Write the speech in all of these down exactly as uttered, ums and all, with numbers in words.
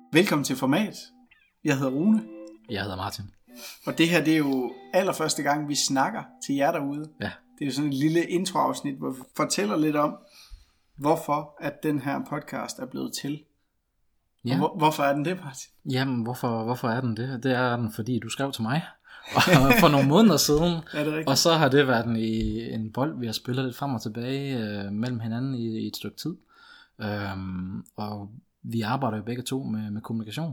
Velkommen til Format. Jeg hedder Rune. Jeg hedder Martin. Og det her, det er jo allerførste gang, vi snakker til jer derude. Ja. Det er jo sådan et lille introafsnit, hvor vi fortæller lidt om, hvorfor at den her podcast er blevet til. Ja. Og hvor, hvorfor er den det, Martin? Jamen, hvorfor, hvorfor er den det? Det er den, fordi du skrev til mig for nogle måneder siden. Er det rigtigt? Og så har det været en, en bold, vi har spillet lidt frem og tilbage øh, mellem hinanden i, i et stykke tid. Øhm, og vi arbejder jo begge to med, med kommunikation.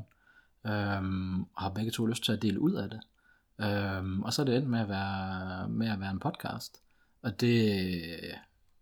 Øhm, og har begge to lyst til at dele ud af det. Øhm, og så er det endt med at være, med at være en podcast. Og det er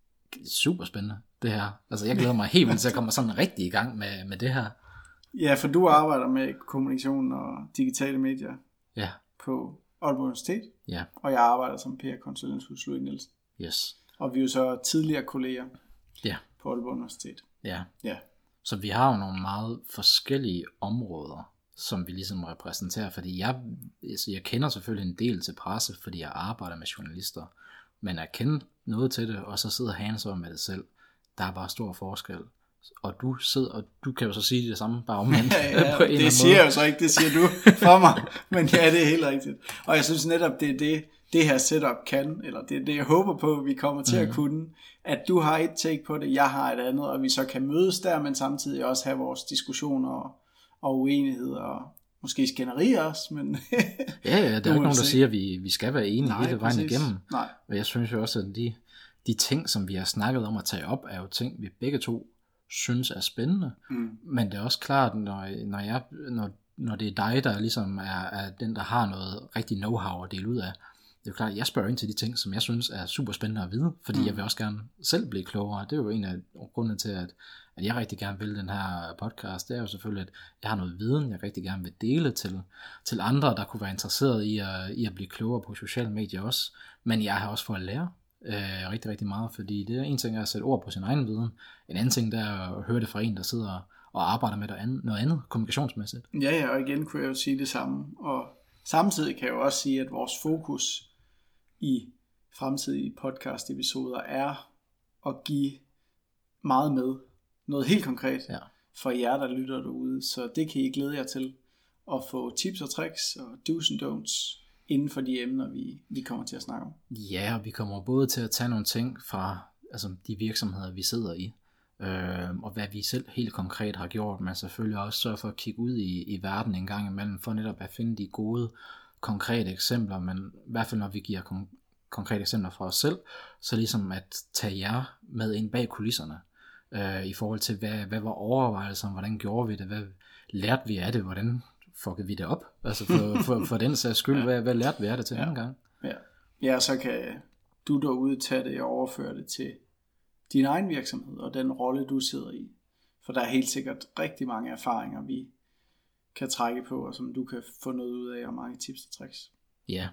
super spændende, det her. Altså jeg glæder mig helt vildt til at komme sådan rigtig i gang med, med det her. Ja, for du arbejder med kommunikation og digitale medier Ja. på Aalborg Universitet. Ja. Og jeg arbejder som P R-konsulent hos Louis Nielsen. Yes. Og vi er jo så tidligere kolleger Ja. på Aalborg Universitet. Ja. Ja. Så vi har jo nogle meget forskellige områder, som vi ligesom repræsenterer, fordi jeg, altså jeg kender selvfølgelig en del til presse, fordi jeg arbejder med journalister, men at kende noget til det, og så sidder hands on med det selv, der er bare stor forskel. Og du sidder, og du kan jo så sige det samme, bare omvendt. Ja, ja, på en det siger jeg jo så ikke, det siger du for mig, men ja, det er helt rigtigt. Og jeg synes netop, det er det, det her setup kan, eller det er det, jeg håber på, vi kommer til mm. at kunne, at du har et take på det, jeg har et andet, og vi så kan mødes der, men samtidig også have vores diskussioner og, og uenigheder, og måske skænderier os, men... ja, ja, der er ikke nogen, der siger, at vi, vi skal være enige Nej, hele vejen præcis. igennem. Nej. Og jeg synes jo også, at de, de ting, som vi har snakket om at tage op, er jo ting, vi begge to synes er spændende. Mm. Men det er også klart, når, når, jeg, når, når det er dig, der ligesom er, er den, der har noget rigtig know-how at dele ud af, det er jo klart, at jeg spørger ind til de ting, som jeg synes er super spændende at vide, fordi mm. jeg vil også gerne selv blive klogere. Det er jo en af grundene til, at, at jeg rigtig gerne vil den her podcast. Det er jo selvfølgelig, at jeg har noget viden, jeg rigtig gerne vil dele til, til andre, der kunne være interesseret i at, i at blive klogere på sociale medier også. Men jeg har også fået at lære øh, rigtig, rigtig meget, fordi det er en ting, at sætte ord på sin egen viden. En anden ting, der er at høre det fra en, der sidder og arbejder med noget andet, noget andet kommunikationsmæssigt. Ja, ja, og igen kunne jeg jo sige det samme. Og samtidig kan jeg jo også sige, at vores fokus i fremtidige podcast-episoder er at give meget med, noget helt konkret ja. for jer, der lytter derude. Så det kan I glæde jer til at få tips og tricks og do's and don'ts inden for de emner, vi, vi kommer til at snakke om. Ja, og vi kommer både til at tage nogle ting fra altså, de virksomheder, vi sidder i, øh, og hvad vi selv helt konkret har gjort, men selvfølgelig også sørge for at kigge ud i, i verden en gang imellem, for netop at finde de gode konkrete eksempler, men i hvert fald når vi giver kon- konkrete eksempler fra os selv, så ligesom at tage jer med ind bag kulisserne, øh, i forhold til, hvad, hvad var overvejelserne, hvordan gjorde vi det, hvad lærte vi af det, hvordan fuckede vi det op, altså for, for, for den sags skyld, ja. hvad, hvad lærte vi af det til ja. anden gang? Ja. ja, så kan du derude tage det og overføre det til din egen virksomhed, og den rolle, du sidder i, for der er helt sikkert rigtig mange erfaringer, vi kan trække på, og som du kan få noget ud af, og mange tips og tricks. Ja,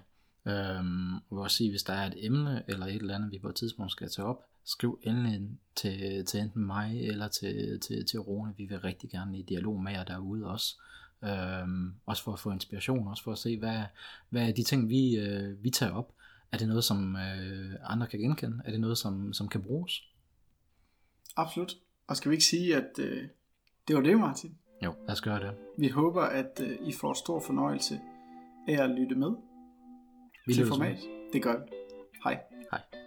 øhm, og jeg vil sige, hvis der er et emne, eller et eller andet, vi på et tidspunkt skal tage op, skriv endelig til, til enten mig, eller til, til, til Rune. Vi vil rigtig gerne i dialog med jer derude også. Øhm, også for at få inspiration, også for at se, hvad, hvad er de ting, vi, øh, vi tager op. Er det noget, som øh, andre kan genkende? Er det noget, som, som kan bruges? Absolut. Og skal vi ikke sige, at øh, det var det, Martin? Jo, lad os gøre det. Vi håber, at øh, I får stor fornøjelse af at lytte med vi til Format. Det gør vi. Hej. Hej.